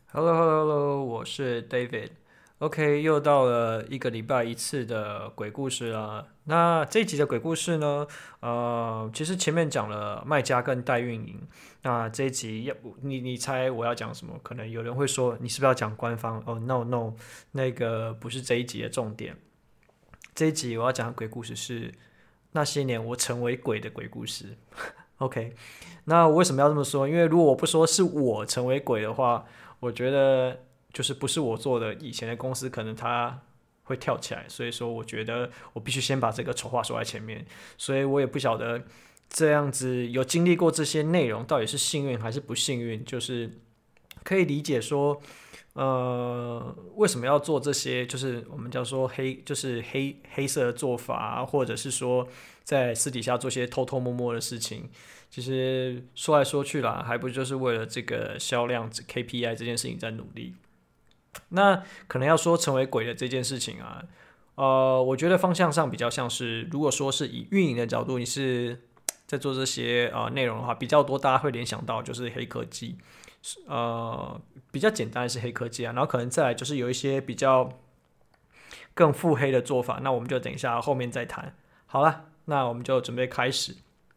Hello，我是 David。OK，又到了一个礼拜一次的鬼故事了。那这一集的鬼故事呢，其实前面讲了卖家跟代运营。那这一集你猜我要讲什么？可能有人会说你是不是要讲官方？哦，no no，那个不是这一集的重点。这一集我要讲的鬼故事是那些年我成为鬼的鬼故事。OK，那我为什么要这么说？因为如果我不说是我成为鬼的话，我觉得就是不是我做的，以前的公司可能它会跳起来，所以说我觉得我必须先把这个丑话说在前面，所以我也不晓得这样子有经历过这些内容到底是幸运还是不幸运，就是可以理解说。为什么要做这些？就是我们叫说就是黑色的做法啊，或者是说在私底下做些偷偷摸摸的事情。其实说来说去啦，还不就是为了这个销量 KPI 这件事情在努力。那可能要说成为鬼的这件事情啊，我觉得方向上比较像是，如果说是以运营的角度，你是在做这些内容的话，比较多大家会联想到就是黑科技，呃，比较简单的是黑科技啊，然后可能再来就是有一些比较更腹黑的做法，那我们就等一下后面再谈。好了，那我们就准备开始。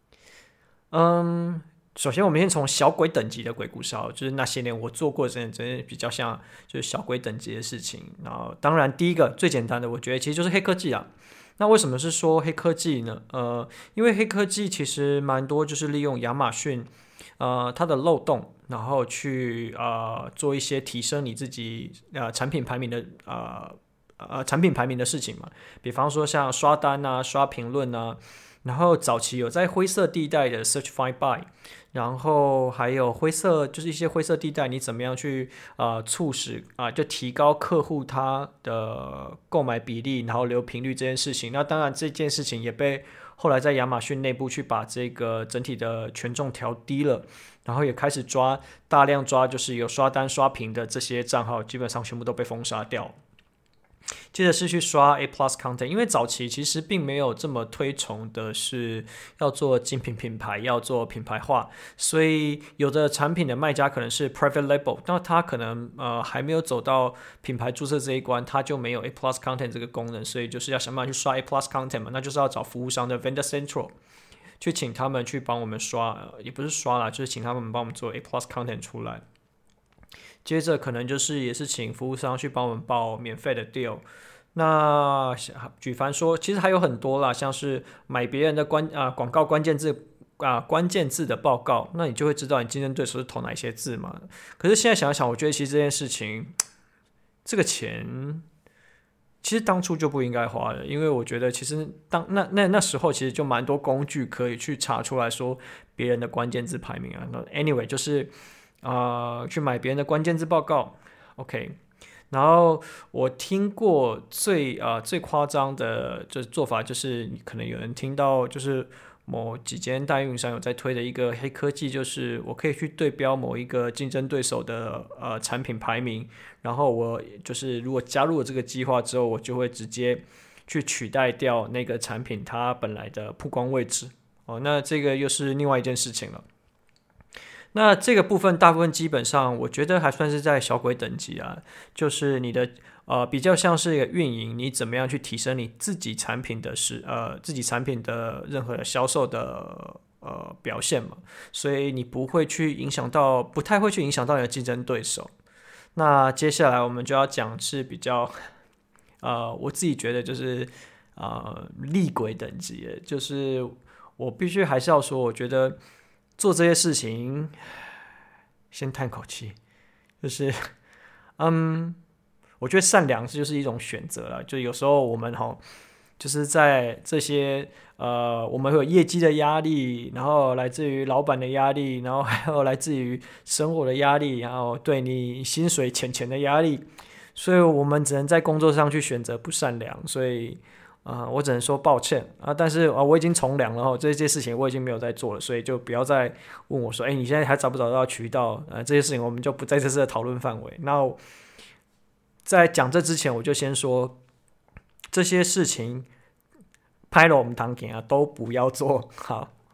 嗯，首先我们先从小鬼等级的鬼故事好了，就是那些年我做过真的比较像就是小鬼等级的事情。然后当然第一个最简单的，我觉得其实就是黑科技啊。那为什么是说黑科技呢？因为黑科技其实蛮多，就是利用亚马逊它的漏洞，然后去做一些提升你自己产品排名的产品排名的事情嘛。比方说像刷单啊、刷评论啊，然后早期有在灰色地带的 Search Find Buy，然后还有灰色就是一些灰色地带，你怎么样去促使就提高客户他的购买比例，然后留频率这件事情。那当然这件事情也被后来在亚马逊内部去把这个整体的权重调低了，然后也开始大量抓，就是有刷单刷屏的这些账号，基本上全部都被封杀掉。接着是去刷 A Plus Content，因为早期其实并没有这么推崇的是要做精品品牌，要做品牌化，所以有的产品的卖家可能是 Private Label，那他可能还没有走到品牌注册这一关，他就没有 A Plus Content 这个功能，所以就是要想办法去刷 A Plus Content 嘛，那就是要找服务商的 Vendor Central。去请他们去帮我们刷，也不是刷啦，就是请他们帮我们做 A Plus Content 出来。接着可能就是也是请服务商去帮我们报免费的 deal。那举凡说，其实还有很多啦，像是买别人的广告关键字的报告，那你就会知道你竞争对手是投哪些字嘛。可是现在想想，我觉得其实这件事情，这个钱其实当初就不应该花了，因为我觉得其实那时候其实就蛮多工具可以去查出来说别人的关键字排名啊。那 anyway 就是去买别人的关键字报告，OK。然后我听过最夸张的就是做法，就是可能有人听到就是某几间代运营商有在推的一个黑科技，就是我可以去对标某一个竞争对手的产品排名，然后我就是如果加入了这个计划之后，我就会直接去取代掉那个产品它本来的曝光位置。哦，那这个又是另外一件事情了。那这个部分大部分基本上，我觉得还算是在小鬼等级啊，就是你的比较像是一个运营，你怎么样去提升你自己产品的自己产品的任何的销售的表现嘛，所以你不太会去影响到你的竞争对手。那接下来我们就要讲是比较我自己觉得就是厉鬼等级的，就是我必须还是要说，我觉得做这些事情先叹口气，就是嗯，我觉得善良就是一种选择了。就有时候我们就是在这些我们会有业绩的压力，然后来自于老板的压力，然后还有来自于生活的压力，然后对你薪水钱的压力，所以我们只能在工作上去选择不善良。所以我只能说抱歉啊，但是我已经从良了这些事情我已经没有在做了，所以就不要再问我说，你现在还找不找到渠道？这些事情我们就不在这次的讨论范围。那在讲这之前，我就先说这些事情拍了我们堂给都不要做好。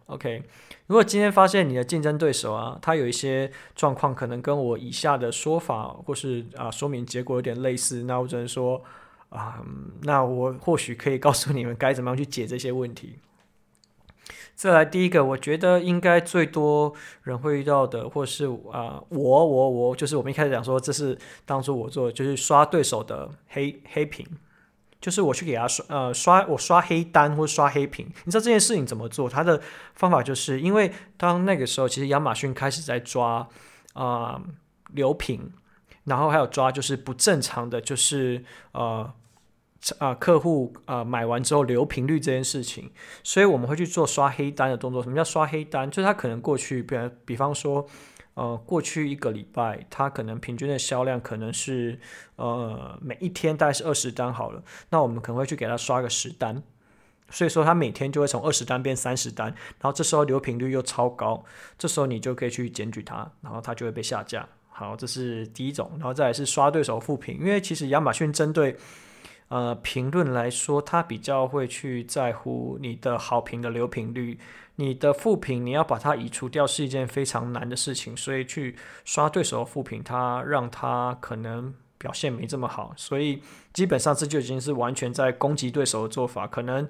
OK，如果今天发现你的竞争对手啊，他有一些状况可能跟我以下的说法或是说明结果有点类似，那我只能说那我或许可以告诉你们该怎么样去解这些问题。再来第一个，我觉得应该最多人会遇到的，或是我就是我们一开始讲说，这是当初我做的，就是刷对手的黑屏。就是我去给他刷黑单或刷黑屏，你知道这件事情怎么做？他的方法就是因为当那个时候，其实亚马逊开始在抓流屏，然后还有抓就是不正常的，就是客户买完之后留频率这件事情，所以我们会去做刷黑单的动作。什么叫刷黑单？就是他可能过去，比方说。过去一个礼拜，它可能平均的销量可能是每一天大概是20单好了，那我们可能会去给它刷个10单，所以说它每天就会从20单变30单，然后这时候流频率又超高，这时候你就可以去检举它，然后它就会被下架。好，这是第一种，然后再来是刷对手负评，因为其实亚马逊针对评论来说，它比较会去在乎你的好评的流频率。你的负评你要把它移除掉是一件非常难的事情，所以去刷对手的负评，它让他可能表现没这么好，所以基本上这就已经是完全在攻击对手的做法。可能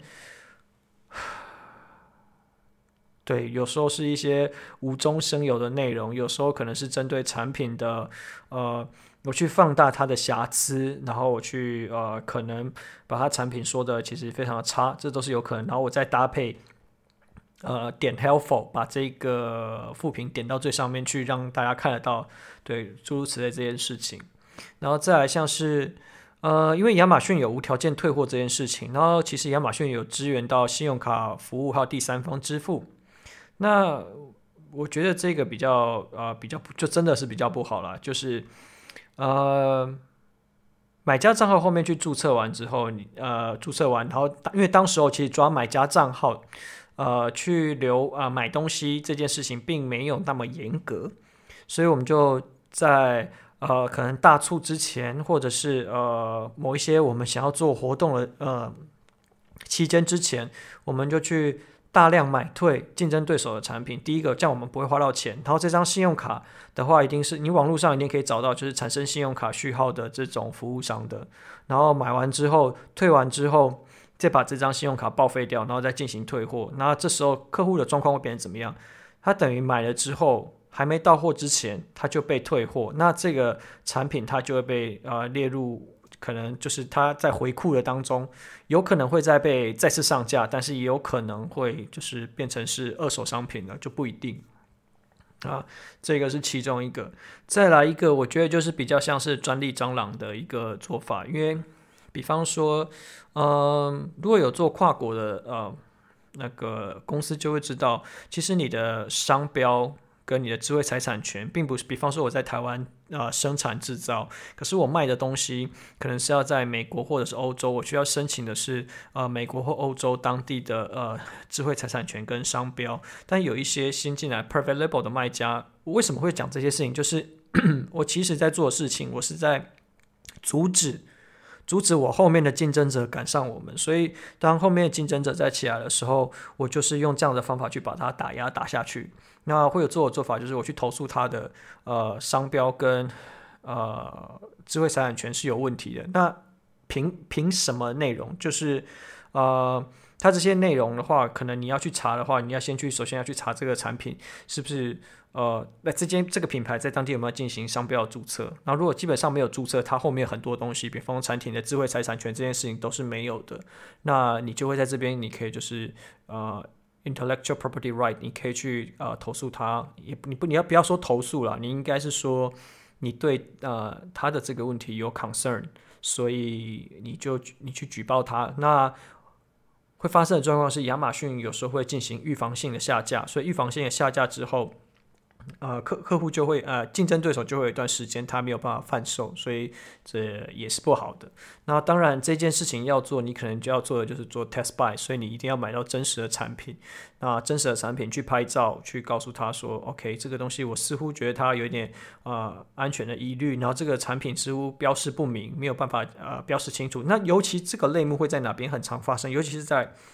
对，有时候是一些无中生有的内容，有时候可能是针对产品的我去放大它的瑕疵，然后我去可能把它产品说的其实非常的差，这都是有可能，然后我再搭配。点 helpful 把这个副评点到最上面去，让大家看得到，对，诸如此类这件事情。然后再来像是因为亚马逊有无条件退货这件事情，然后其实亚马逊有支援到信用卡服务还有第三方支付。那我觉得这个比较就真的是比较不好啦，就是买家账号后面去注册完之后，你注册完，然后因为当时候其实抓买家账号。去留买东西这件事情并没有那么严格，所以我们就在可能大促之前，或者是某一些我们想要做活动的期间之前，我们就去大量买退竞争对手的产品。第一个，这样我们不会花到钱。然后这张信用卡的话，一定是你网络上一定可以找到，就是产生信用卡序号的这种服务商的。然后买完之后，退完之后。再把这张信用卡报废掉，然后再进行退货。那这时候客户的状况会变成怎么样？他等于买了之后还没到货之前，他就被退货。那这个产品它就会被列入，可能就是他在回库的当中，有可能会被再次上架，但是也有可能会就是变成是二手商品了，就不一定。这个是其中一个。再来一个，我觉得就是比较像是专利蟑螂的一个做法，因为。比方说，如果有做跨国的那个公司，就会知道，其实你的商标跟你的智慧财产权，并不是，比方说我在台湾生产制造，可是我卖的东西可能是要在美国或者是欧洲，我需要申请的是美国或欧洲当地的智慧财产权跟商标。但有一些新进来 private label 的卖家，我为什么会讲这些事情？就是我其实在做的事情，我是在阻止我后面的竞争者赶上我们，所以当后面的竞争者再起来的时候，我就是用这样的方法去把它打下去。那会有做的做法就是我去投诉他的商标跟智慧财产权是有问题的。那凭什么内容？就是它这些内容的话，可能你要去查的话，你要首先要去查这个产品是不是那这个品牌在当地有没有进行商标注册？然后如果基本上没有注册，它后面很多东西，比方说产品的智慧财产权这件事情都是没有的。那你就会在这边，你可以就是intellectual property right， 你可以去投诉他，你要不要说投诉啦？你应该是说你对他的这个问题有 concern， 所以你去举报他。那会发生的状况是，亚马逊有时候会进行预防性的下架，所以预防性的下架之后，客户就会竞争对手就会有一段时间他没有办法贩售，所以这也是不好的。那当然这件事情要做，你可能就要做的就是做 test buy， 所以你一定要买到真实的产品。那真实的产品去拍照，去告诉他说 ，OK， 这个东西我似乎觉得它有一点安全的疑虑，然后这个产品似乎标示不明，没有办法标示清楚。那尤其这个类目会在哪边很常发生，尤其是在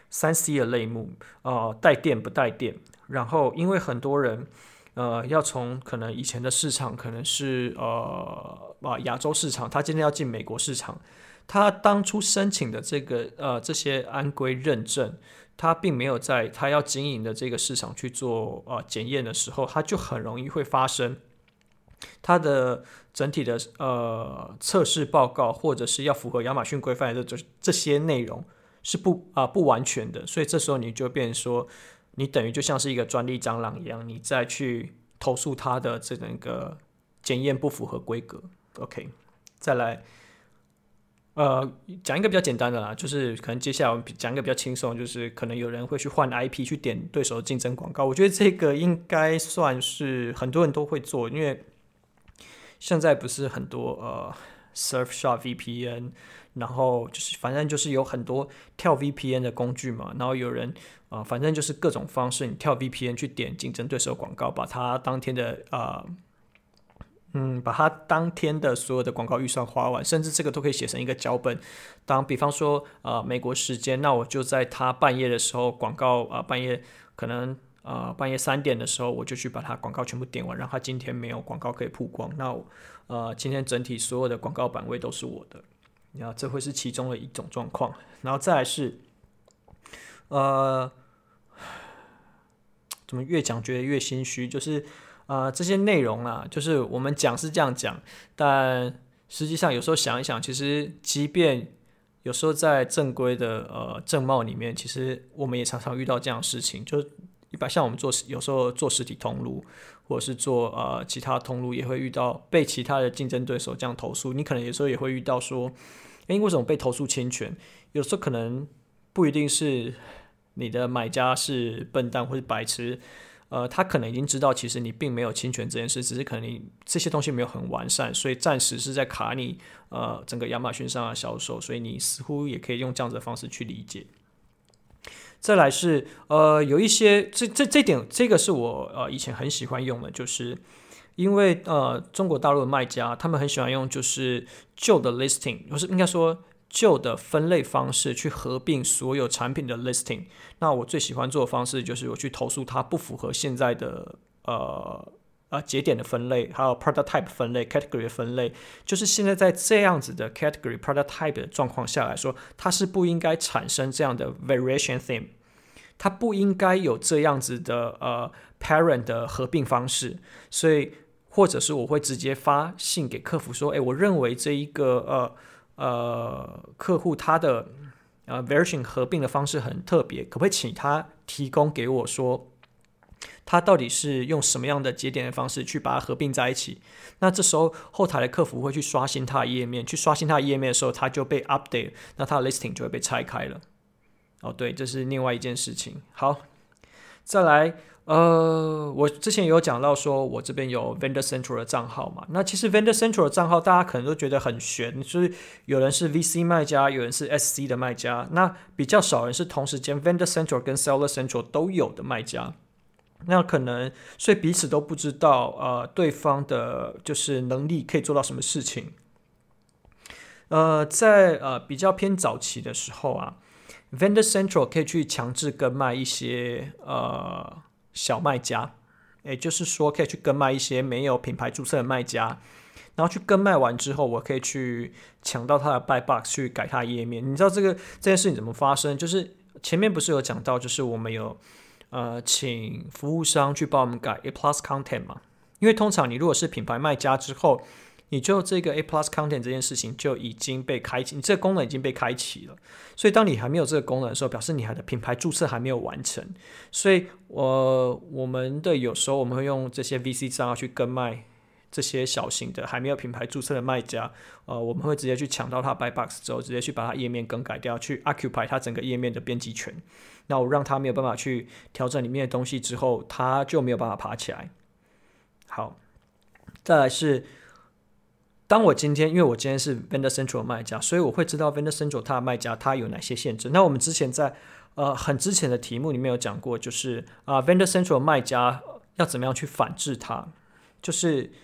3C 的类目，带电不带电，然后因为很多人要从可能以前的市场可能是亚洲市场，他今天要进美国市场，他当初申请的这些安规认证，他并没有在他要经营的这个市场去做检验的时候，他就很容易会发生它的整体的测试报告，或者是要符合亚马逊规范的这些内容是不完全的，所以这时候你就变成说，你等于就像是一个专利蟑螂一样，你再去投诉它的这整个检验不符合规格。OK， 再来。讲一个比较简单的啦，就是可能接下来我们讲一个比较轻松，就是可能有人会去换 IP 去点对手的竞争广告。我觉得这个应该算是很多人都会做，因为现在不是很多Surfshark VPN， 然后就是反正就是有很多跳 VPN 的工具嘛，然后有人反正就是各种方式，你跳 VPN 去点竞争对手广告，把它当天的把它当天的所有的广告预算花完，甚至这个都可以写成一个脚本。比方说美国时间，那我就在他半夜的时候广告半夜可能半夜3点的时候，我就去把它广告全部点完，让他今天没有广告可以曝光。那今天整体所有的广告版位都是我的，然后这会是其中的一种状况。然后再来是怎么越讲觉得越心虚，就是这些内容啊，就是我们讲是这样讲，但实际上有时候想一想，其实即便有时候在正规的正贸里面，其实我们也常常遇到这样的事情，就一般像我们有时候做实体通路，或者是做其他通路，也会遇到被其他的竞争对手这样投诉。你可能有时候也会遇到说，为什么被投诉侵权？有时候可能不一定是你的买家是笨蛋或是白痴。他可能已经知道，其实你并没有侵权这件事，只是可能你这些东西没有很完善，所以暂时是在卡你整个亚马逊上的销售，所以你似乎也可以用这样子的方式去理解。再来是有一些这点，这个是我以前很喜欢用的，就是因为中国大陆的卖家他们很喜欢用就是旧的 listing， 或是应该说旧的分类方式去合并所有产品的 listing。那我最喜欢做的方式就是我去投诉它不符合现在的节点的分类，还有 product type 分类 category 的分类，就是现在这样子的 category product type 的状况下来说，它是不应该产生这样的 variation theme， 它不应该有这样子的parent 的合并方式，所以或者是我会直接发信给客服说，我认为这一个客户他的version 合并的方式很特别，可不可以请他提供给我说他到底是用什么样的节点的方式去把它合并在一起？那这时候后台的客服会去刷新他的页面，去刷新他的页面的时候，他就被 update， 那他的 listing 就会被拆开了。对，这是另外一件事情。好，再来我之前有讲到说我这边有 Vendor Central 的账号嘛，那其实 Vendor Central 的账号大家可能都觉得很悬，就是有人是 VC 卖家，有人是 SC 的卖家，那比较少人是同时间 Vendor Central 跟 Seller Central 都有的卖家，那可能所以彼此都不知道对方的就是能力可以做到什么事情。在比较偏早期的时候啊，Vendor Central 可以去强制跟卖一些小卖家，也就是说可以去跟卖一些没有品牌注册的卖家，然后去跟卖完之后，我可以去抢到他的 buy box 去改他的页面。你知道这件事情怎么发生？就是前面不是有讲到，就是我们有请服务商去帮我们改 A Plus Content 嘛？因为通常你如果是品牌卖家之后，你就这个 A Plus Content 这件事情就已经被开启，你这个功能已经被开启了。所以当你还没有这个功能的时候，表示你的品牌注册还没有完成。所以我们的有时候我们会用这些 VC 账号去跟卖这些小型的还没有品牌注册的卖家，我们会直接去抢到他 buy box 之后，直接去把他页面更改掉，去 occupy 他整个页面的编辑权。那我让他没有办法去调整里面的东西之后，他就没有办法爬起来。好，再来是当我今天因为我今天是 Vendor Central 的卖家，所以我会知道 Vendor Central 它的卖家它有哪些限制。那我们之前在很之前的题目里面有讲过，就是Vendor Central 的卖家要怎么样去反制它，就是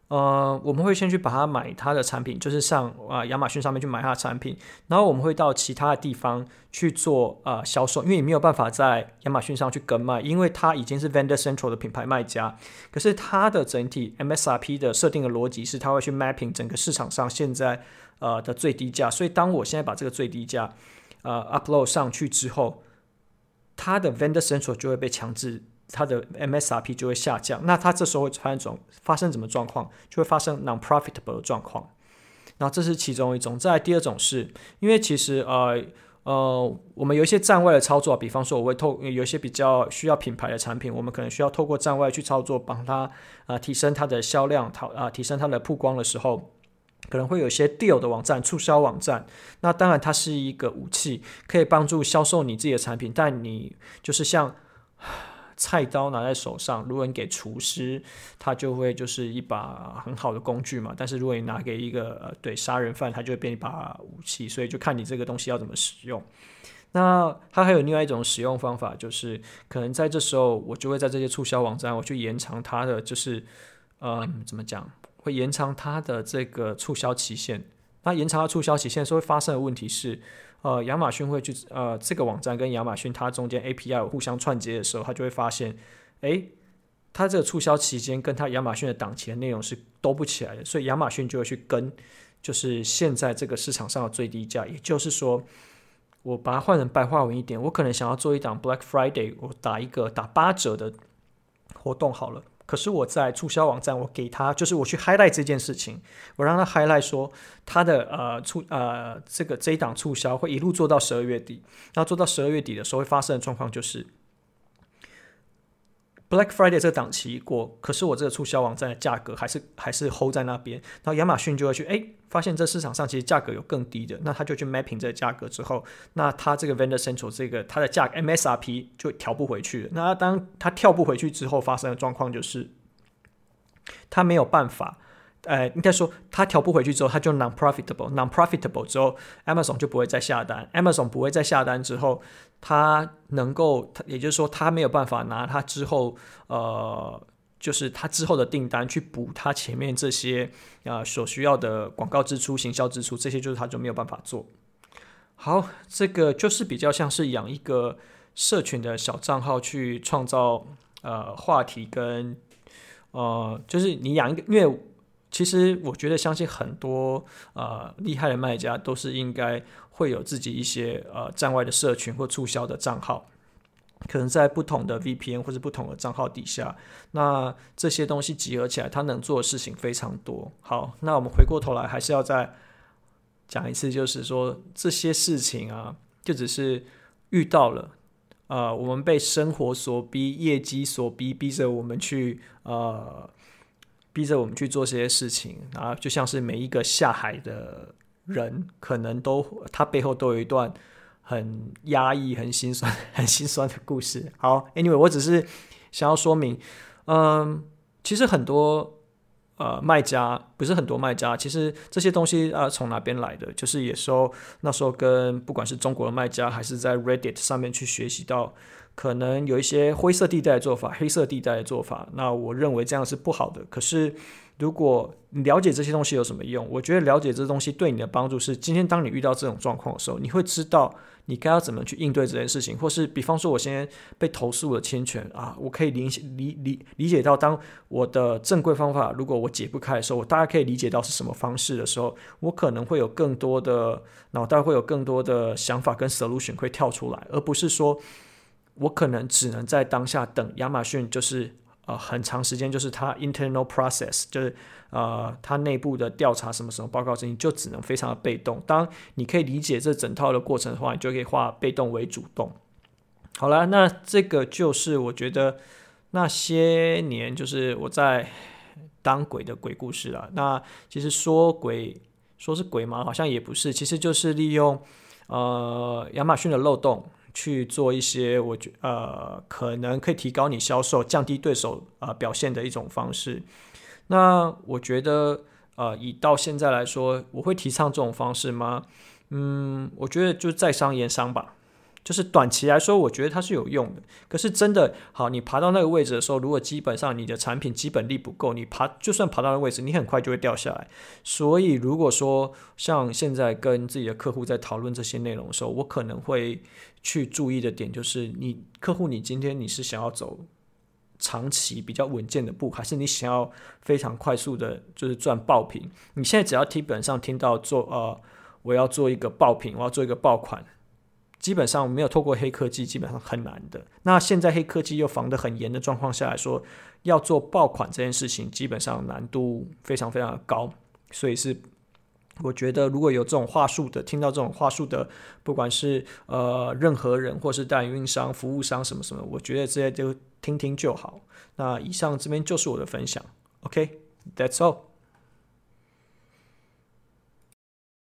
我们会先去把它买它的产品，就是上亚马逊上面去买它的产品，然后我们会到其他的地方去做销售，因为你没有办法在亚马逊上去跟卖，因为它已经是 Vendor Central 的品牌卖家。可是它的整体 MSRP 的设定的逻辑是，它会去 mapping 整个市场上现在的最低价，所以当我现在把这个最低价upload 上去之后，它的 Vendor Central 就会被强制。它的 MSRP 就会下降，那它这时候会发生什么状况？就会发生 non-profitable 的状况。然后这是其中一种。再来第二种是，因为其实我们有一些站外的操作，比方说我会有一些比较需要品牌的产品，我们可能需要透过站外去操作，帮它提升它的销量，提升它的曝光的时候。可能会有一些 deal 的网站、促销网站，那当然它是一个武器，可以帮助销售你自己的产品，但你就是像菜刀拿在手上，如果你给厨师，他就会就是一把很好的工具嘛。但是如果你拿给一个对杀人犯，他就会变一把武器。所以就看你这个东西要怎么使用。那它还有另外一种使用方法，就是可能在这时候，我就会在这些促销网站，我去延长它的就是怎么讲，会延长它的这个促销期限。那延长它促销期限的时候会发生的问题是。亚马逊会去这个网站跟亚马逊它中间 API 有互相串接的时候，它就会发现，它这个促销期间跟它亚马逊的档期的内容是兜不起来的，所以亚马逊就会去跟，就是现在这个市场上的最低价，也就是说，我把它换成白话文一点，我可能想要做一档 Black Friday， 我打8折的活动好了。可是我在促销网站，我给他就是我去 highlight 这件事情，我让他 highlight 说他的这一档促销会一路做到12月底，然后做到12月底的时候会发生的状况就是 Black Friday 这个档期过，可是我这个促销网站的价格还是 hold 在那边，然后亚马逊就会去发现这市场上其实价格有更低的，那他就去 mapping 这个价格之后，那他这个 Vendor Central 这个它的价格 MSRP 就调不回去了。那当他跳不回去之后，发生的状况就是他没有办法。应该说，他调不回去之后，他就 non-profitable 之后 ，Amazon 就不会再下单。Amazon 不会再下单之后，也就是说，他没有办法拿他之后，就是他之后的订单去补他前面这些所需要的广告支出、行销支出，这些就是他就没有办法做。好，这个就是比较像是养一个社群的小账号去创造话题跟就是你养一个，因为。其实我觉得，相信很多厉害的卖家都是应该会有自己一些站外的社群或促销的账号，可能在不同的 VPN 或是不同的账号底下，那这些东西集合起来，它能做的事情非常多。好，那我们回过头来还是要再讲一次，就是说这些事情啊，就只是遇到了我们被生活所逼、业绩所逼，逼着我们去做这些事情啊，就像是每一个下海的人，可能他背后都有一段很压抑、很心酸、很心酸的故事。好 ，anyway， 我只是想要说明，其实很多卖家，不是很多卖家，其实这些东西从哪边来的，就是那时候跟不管是中国的卖家，还是在 Reddit 上面去学习到。可能有一些灰色地带的做法、黑色地带的做法，那我认为这样是不好的。可是，如果你了解这些东西有什么用？我觉得了解这些东西对你的帮助是，今天当你遇到这种状况的时候，你会知道你该要怎么去应对这件事情，或是比方说我现在被投诉了侵权我可以理解到，当我的正规方法如果我解不开的时候，我大概可以理解到是什么方式的时候，我可能会有更多的脑袋会有更多的想法跟 solution 会跳出来，而不是说。我可能只能在当下等亚马逊，就是很长时间，就是它 internal process， 就是它内部的调查什么报告事情，就只能非常的被动。当你可以理解这整套的过程的话，你就可以化被动为主动。好了，那这个就是我觉得那些年就是我在当鬼的鬼故事啦。那其实说是鬼吗？好像也不是，其实就是利用亚马逊的漏洞。去做一些可能可以提高你销售、降低对手表现的一种方式。那我觉得以到现在来说，我会提倡这种方式吗？我觉得就在商言商吧。 就是短期来说，我觉得它是有用的。可是真的好，你爬到那个位置的时候，如果基本上你的产品基本力不够，就算爬到那个位置，你很快就会掉下来。所以如果说像现在跟自己的客户在讨论这些内容的时候，我可能会去注意的点就是，客户你今天你是想要走长期比较稳健的步，还是你想要非常快速的，就是赚爆品？你现在只要基本上听到我要做一个爆品，我要做一个爆款，基本上没有透过黑科技，基本上很难的。那现在黑科技又防得很严的状况下来说，要做爆款这件事情，基本上难度非常非常的高。所以是我觉得，如果有这种话术的，听到这种话术的，不管是任何人，或是代理运商、服务商什么什么，我觉得这些就听听就好。那以上这边就是我的分享。OK，that's all。